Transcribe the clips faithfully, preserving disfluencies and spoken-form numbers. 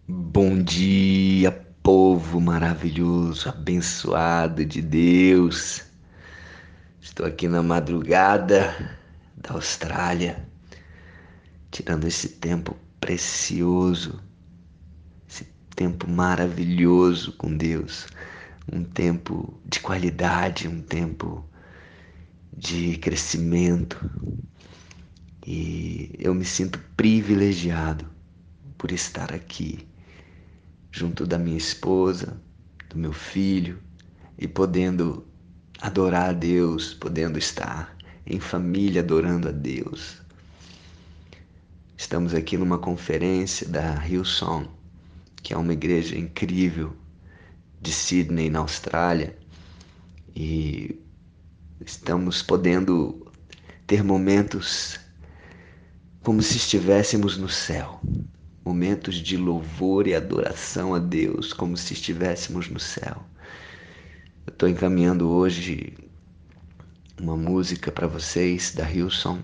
Bom dia, povo maravilhoso, abençoado de Deus. Estou aqui na madrugada da Austrália, tirando esse tempo precioso, esse tempo maravilhoso com Deus, um tempo de qualidade, um tempo de crescimento. E eu me sinto privilegiado por estar aqui junto da minha esposa, do meu filho e podendo adorar a Deus, podendo estar em família adorando a Deus. Estamos aqui numa conferência da Hillsong, que é uma igreja incrível de Sydney, na Austrália, e estamos podendo ter momentos como se estivéssemos no céu. Momentos de louvor e adoração a Deus, como se estivéssemos no céu. Eu estou encaminhando hoje uma música para vocês da Hillsong,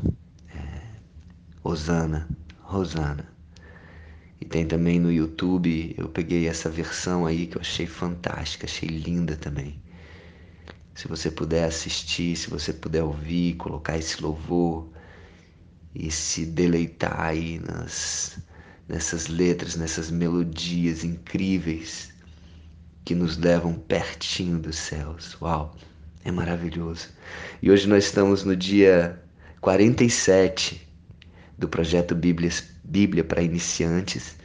Hosana, Hosana. E tem também no YouTube, eu peguei essa versão aí que eu achei fantástica, achei linda também. Se você puder assistir, se você puder ouvir, colocar esse louvor e se deleitar aí nas, nessas letras, nessas melodias incríveis que nos levam pertinho dos céus. Uau, é maravilhoso. E hoje nós estamos no dia quarenta e sete do projeto Bíblia, Bíblia para Iniciantes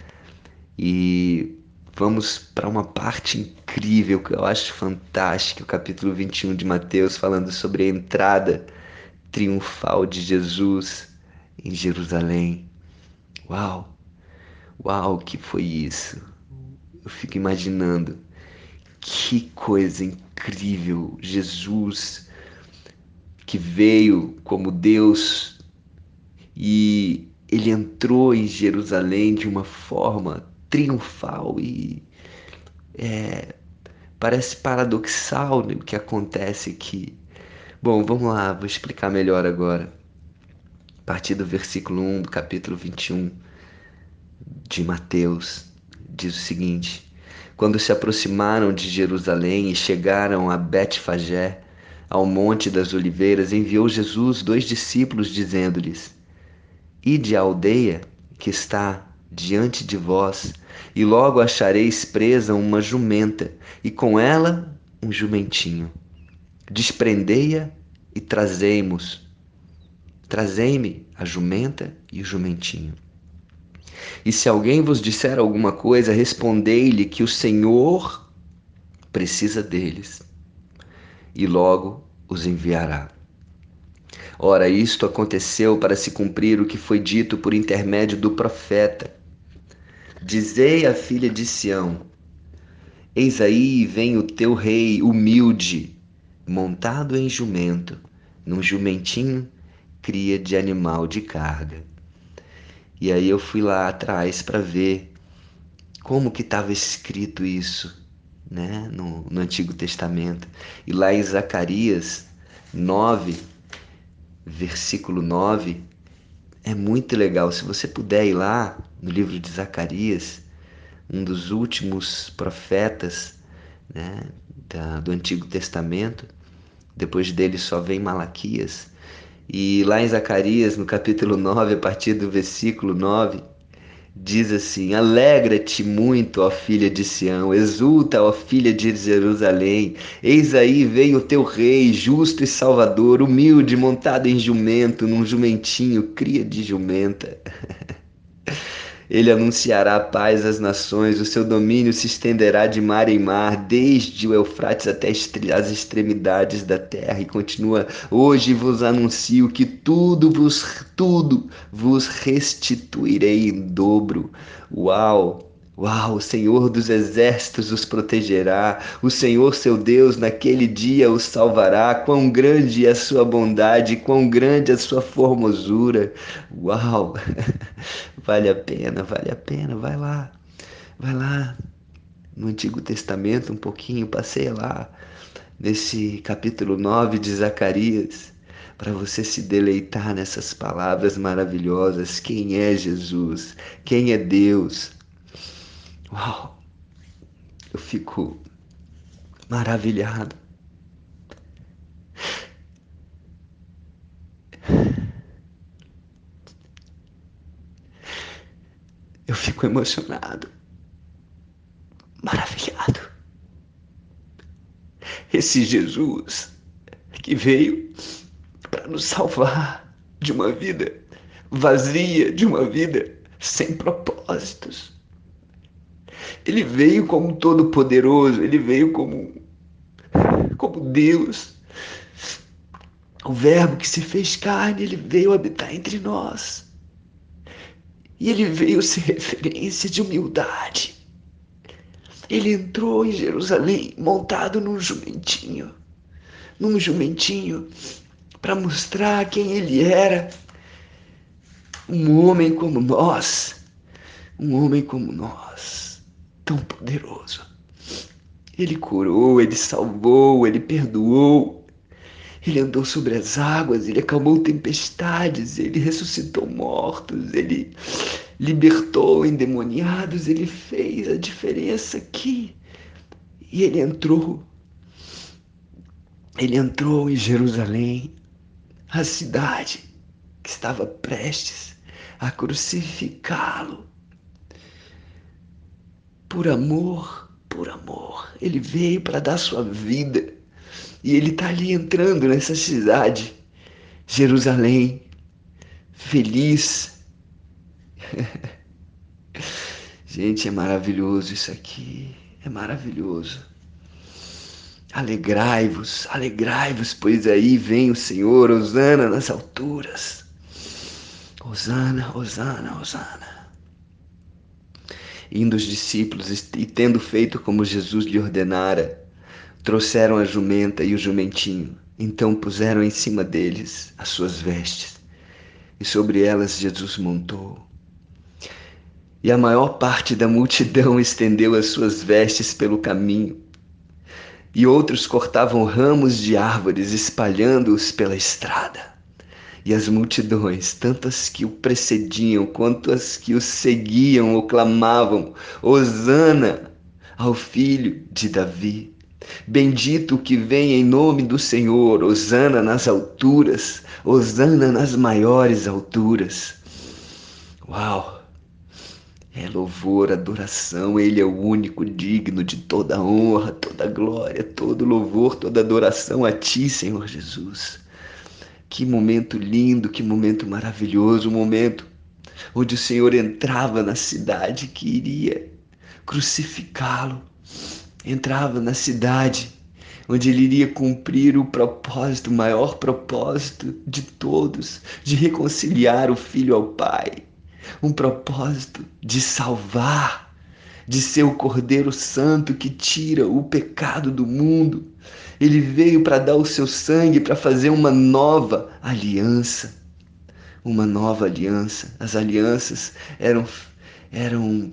e vamos para uma parte incrível que eu acho fantástica, o capítulo vinte e um de Mateus, falando sobre a entrada triunfal de Jesus em Jerusalém. Uau, uau, o que foi isso? Eu fico imaginando que coisa incrível, Jesus que veio como Deus e ele entrou em Jerusalém de uma forma triunfal e é, parece paradoxal, né, o que acontece aqui. Bom, vamos lá, vou explicar melhor agora. A partir do versículo um do capítulo vinte e um de Mateus, diz o seguinte: Quando se aproximaram de Jerusalém e chegaram a Betfagé, ao Monte das Oliveiras, enviou Jesus dois discípulos, dizendo-lhes: Ide à aldeia que está diante de vós, e logo achareis presa uma jumenta, e com ela um jumentinho. Desprendei-a e trazei-mos. Trazei-me a jumenta e o jumentinho. E se alguém vos disser alguma coisa, respondei-lhe que o Senhor precisa deles, e logo os enviará. Ora, isto aconteceu para se cumprir o que foi dito por intermédio do profeta. Dizei à filha de Sião: Eis aí vem o teu rei humilde, montado em jumento, num jumentinho, cria de animal de carga. E aí eu fui lá atrás para ver como que estava escrito isso, né, no, no Antigo Testamento. E lá em Zacarias nove, versículo nove, é muito legal. Se você puder ir lá no livro de Zacarias, um dos últimos profetas, né, da, do Antigo Testamento. Depois dele só vem Malaquias. E lá em Zacarias, no capítulo nove, a partir do versículo nove, diz assim: Alegra-te muito, ó filha de Sião, exulta, ó filha de Jerusalém. Eis aí veio o teu rei, justo e salvador, humilde, montado em jumento, num jumentinho, cria de jumenta. Ele anunciará paz às nações, o seu domínio se estenderá de mar em mar, desde o Eufrates até as extremidades da terra. E continua: Hoje vos anuncio que tudo vos, tudo vos restituirei em dobro. Uau! Uau, o Senhor dos exércitos os protegerá, o Senhor seu Deus naquele dia os salvará. Quão grande é a sua bondade, quão grande a sua formosura. Uau! Vale a pena, vale a pena, vai lá, vai lá no Antigo Testamento um pouquinho, passei lá nesse capítulo nove de Zacarias, para você se deleitar nessas palavras maravilhosas. Quem é Jesus? Quem é Deus? Uau! Eu fico maravilhado. Eu fico emocionado, maravilhado. Esse Jesus que veio para nos salvar de uma vida vazia, de uma vida sem propósitos. Ele veio como todo-poderoso, ele veio como, como Deus. O Verbo que se fez carne, ele veio habitar entre nós. E ele veio ser referência de humildade. Ele entrou em Jerusalém montado num jumentinho, num jumentinho, para mostrar quem ele era. Um homem como nós, um homem como nós, tão poderoso. Ele curou, ele salvou, ele perdoou. Ele andou sobre as águas, ele acalmou tempestades, ele ressuscitou mortos, ele libertou endemoniados, ele fez a diferença aqui. E ele entrou, ele entrou em Jerusalém, a cidade que estava prestes a crucificá-lo. Por amor, por amor, ele veio para dar sua vida. E ele está ali entrando nessa cidade, Jerusalém, feliz. Gente, é maravilhoso isso aqui, é maravilhoso. Alegrai-vos, alegrai-vos, pois aí vem o Senhor, hosana nas alturas. Hosana, hosana, hosana. Indo os discípulos e tendo feito como Jesus lhe ordenara, trouxeram a jumenta e o jumentinho. Então puseram em cima deles as suas vestes, e sobre elas Jesus montou. E a maior parte da multidão estendeu as suas vestes pelo caminho, e outros cortavam ramos de árvores, espalhando-os pela estrada. E as multidões, tanto as que o precediam quanto as que o seguiam, o clamavam: Hosana ao filho de Davi. Bendito o que vem em nome do Senhor, hosana nas alturas, hosana nas maiores alturas. Uau! É louvor, adoração, Ele é o único digno de toda honra, toda glória, todo louvor, toda adoração a Ti, Senhor Jesus. Que momento lindo, que momento maravilhoso, um momento onde o Senhor entrava na cidade que iria crucificá-lo, entrava na cidade onde ele iria cumprir o propósito, o maior propósito de todos, de reconciliar o Filho ao Pai. Um propósito de salvar, de ser o Cordeiro Santo que tira o pecado do mundo. Ele veio para dar o seu sangue, para fazer uma nova aliança. Uma nova aliança. As alianças eram, eram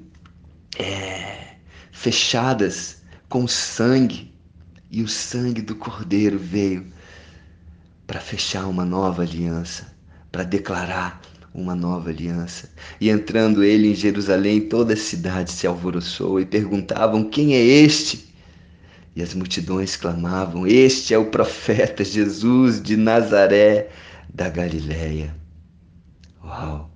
é, fechadas com sangue. E o sangue do Cordeiro veio para fechar uma nova aliança, para declarar uma nova aliança. E entrando ele em Jerusalém, toda a cidade se alvoroçou e perguntavam: quem é este? E as multidões clamavam: este é o profeta Jesus de Nazaré da Galileia. Uau!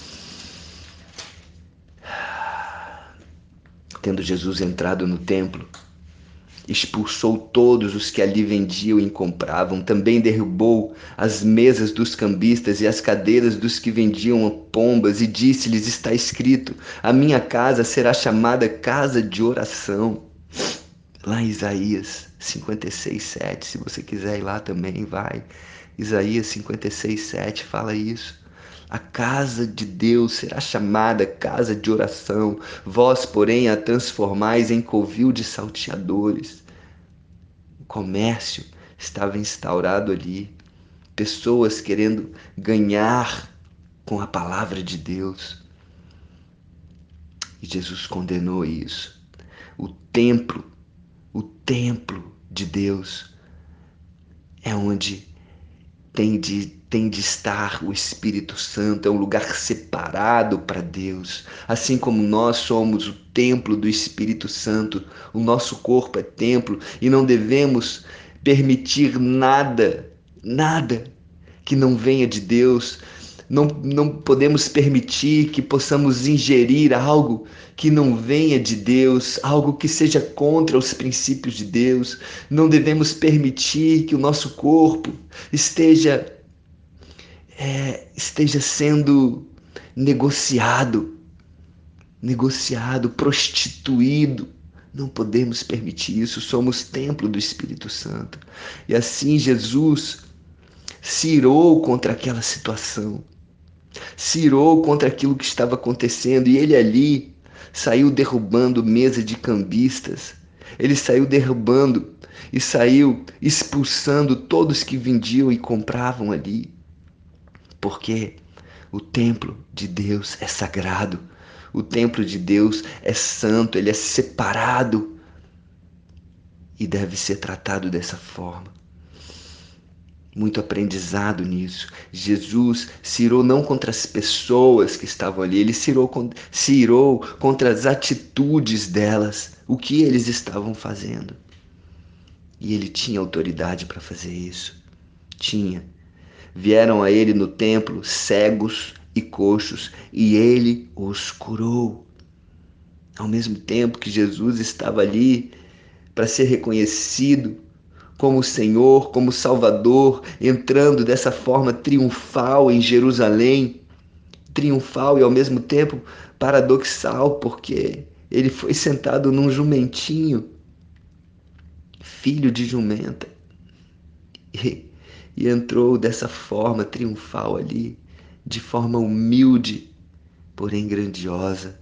Tendo Jesus entrado no templo, expulsou todos os que ali vendiam e compravam. Também derrubou as mesas dos cambistas e as cadeiras dos que vendiam pombas e disse-lhes: está escrito, a minha casa será chamada casa de oração. Lá em Isaías cinquenta e seis, sete, se você quiser ir lá também, vai. Isaías cinquenta e seis, sete fala isso. A casa de Deus será chamada casa de oração. Vós, porém, a transformais em covil de salteadores. O comércio estava instaurado ali. Pessoas querendo ganhar com a palavra de Deus. E Jesus condenou isso. O templo, o templo de Deus é onde tem de tem de estar o Espírito Santo, é um lugar separado para Deus. Assim como nós somos o templo do Espírito Santo, o nosso corpo é templo e não devemos permitir nada, nada que não venha de Deus. Não, não podemos permitir que possamos ingerir algo que não venha de Deus, algo que seja contra os princípios de Deus. Não devemos permitir que o nosso corpo esteja, é, esteja sendo negociado, negociado, prostituído. Não podemos permitir isso. Somos templo do Espírito Santo. E assim Jesus se irou contra aquela situação, se irou contra aquilo que estava acontecendo, e ele ali saiu derrubando mesa de cambistas, ele saiu derrubando e saiu expulsando todos que vendiam e compravam ali, porque o templo de Deus é sagrado, o templo de Deus é santo, ele é separado e deve ser tratado dessa forma. Muito aprendizado nisso. Jesus se irou não contra as pessoas que estavam ali, ele se irou, se irou contra as atitudes delas, o que eles estavam fazendo. E ele tinha autoridade para fazer isso. Tinha. Vieram a ele no templo cegos e coxos, e ele os curou. Ao mesmo tempo que Jesus estava ali para ser reconhecido como Senhor, como Salvador, entrando dessa forma triunfal em Jerusalém, triunfal e ao mesmo tempo paradoxal, porque ele foi sentado num jumentinho, filho de jumenta, e, e entrou dessa forma triunfal ali, de forma humilde, porém grandiosa.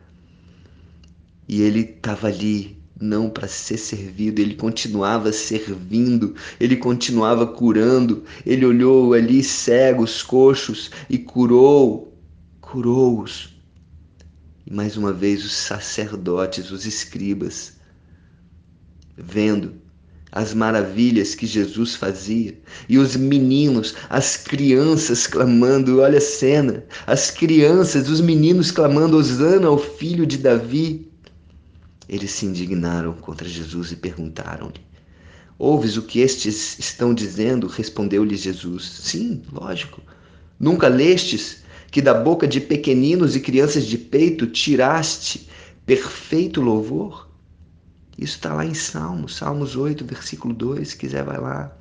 E ele estava ali não para ser servido, ele continuava servindo, ele continuava curando, ele olhou ali cegos, coxos e curou, curou-os. E mais uma vez os sacerdotes, os escribas, vendo as maravilhas que Jesus fazia, e os meninos, as crianças clamando, olha a cena, as crianças, os meninos clamando, Hosana ao filho de Davi. Eles se indignaram contra Jesus e perguntaram-lhe: ouves o que estes estão dizendo? Respondeu-lhe Jesus: sim, lógico. Nunca lestes que da boca de pequeninos e crianças de peito tiraste perfeito louvor? Isso está lá em Salmos, Salmos oito, versículo dois, se quiser vai lá.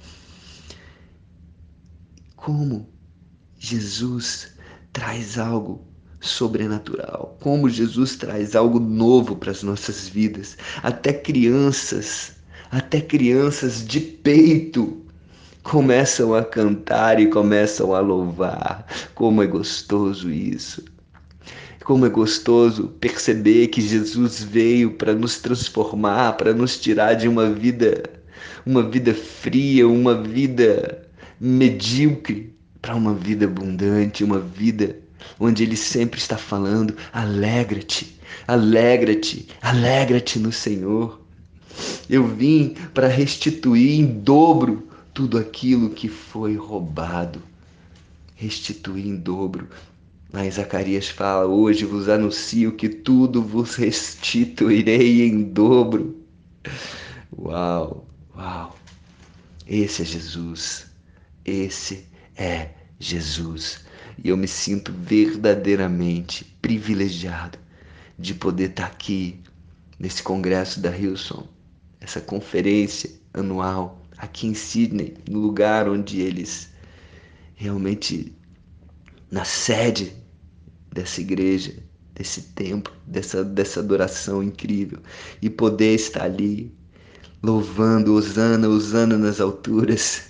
Como Jesus traz algo sobrenatural, como Jesus traz algo novo para as nossas vidas. Até crianças, até crianças de peito começam a cantar e começam a louvar. Como é gostoso isso! Como é gostoso perceber que Jesus veio para nos transformar, para nos tirar de uma vida, uma vida fria, uma vida medíocre, para uma vida abundante, uma vida onde Ele sempre está falando: alegra-te, alegra-te, alegra-te no Senhor. Eu vim para restituir em dobro tudo aquilo que foi roubado. Restituir em dobro. Mas Zacarias fala: hoje vos anuncio que tudo vos restituirei em dobro. Uau, uau. Esse é Jesus. Esse é Jesus. E eu me sinto verdadeiramente privilegiado de poder estar aqui nesse congresso da Hillsong, essa conferência anual aqui em Sydney, no lugar onde eles realmente, na sede dessa igreja, desse templo, dessa, dessa adoração incrível, e poder estar ali louvando, Hosana, Hosana nas alturas,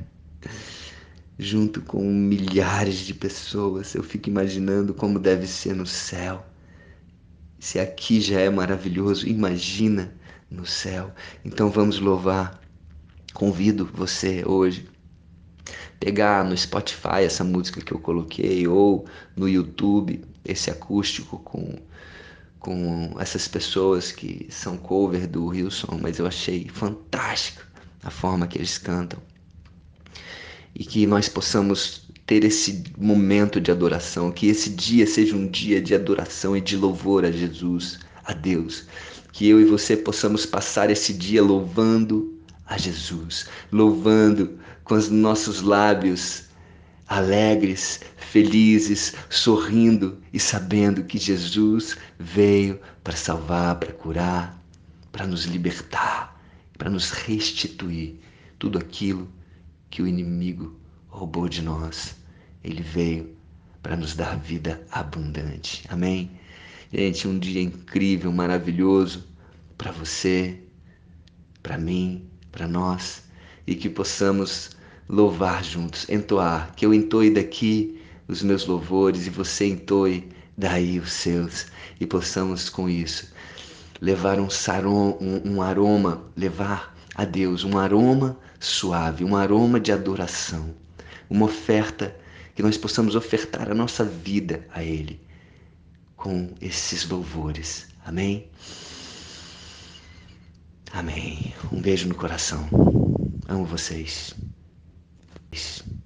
junto com milhares de pessoas. Eu fico imaginando como deve ser no céu. Se aqui já é maravilhoso, imagina no céu. Então vamos louvar. Convido você hoje pegar no Spotify essa música que eu coloquei, ou no YouTube esse acústico com, com essas pessoas que são cover do Hillsong, mas eu achei fantástico a forma que eles cantam. E que nós possamos ter esse momento de adoração, que esse dia seja um dia de adoração e de louvor a Jesus, a Deus. Que eu e você possamos passar esse dia louvando a Jesus, louvando com os nossos lábios alegres, felizes, sorrindo e sabendo que Jesus veio para salvar, para curar, para nos libertar, para nos restituir tudo aquilo que o inimigo roubou de nós. Ele veio para nos dar vida abundante. Amém? Gente, um dia incrível, maravilhoso para você, para mim, para nós, e que possamos louvar juntos, entoar, que eu entoe daqui os meus louvores e você entoe daí os seus, e possamos com isso levar um, sarom, um, um aroma, levar a Deus um aroma suave, um aroma de adoração, uma oferta, que nós possamos ofertar a nossa vida a Ele com esses louvores. Amém? Amém. Um beijo no coração. Amo vocês.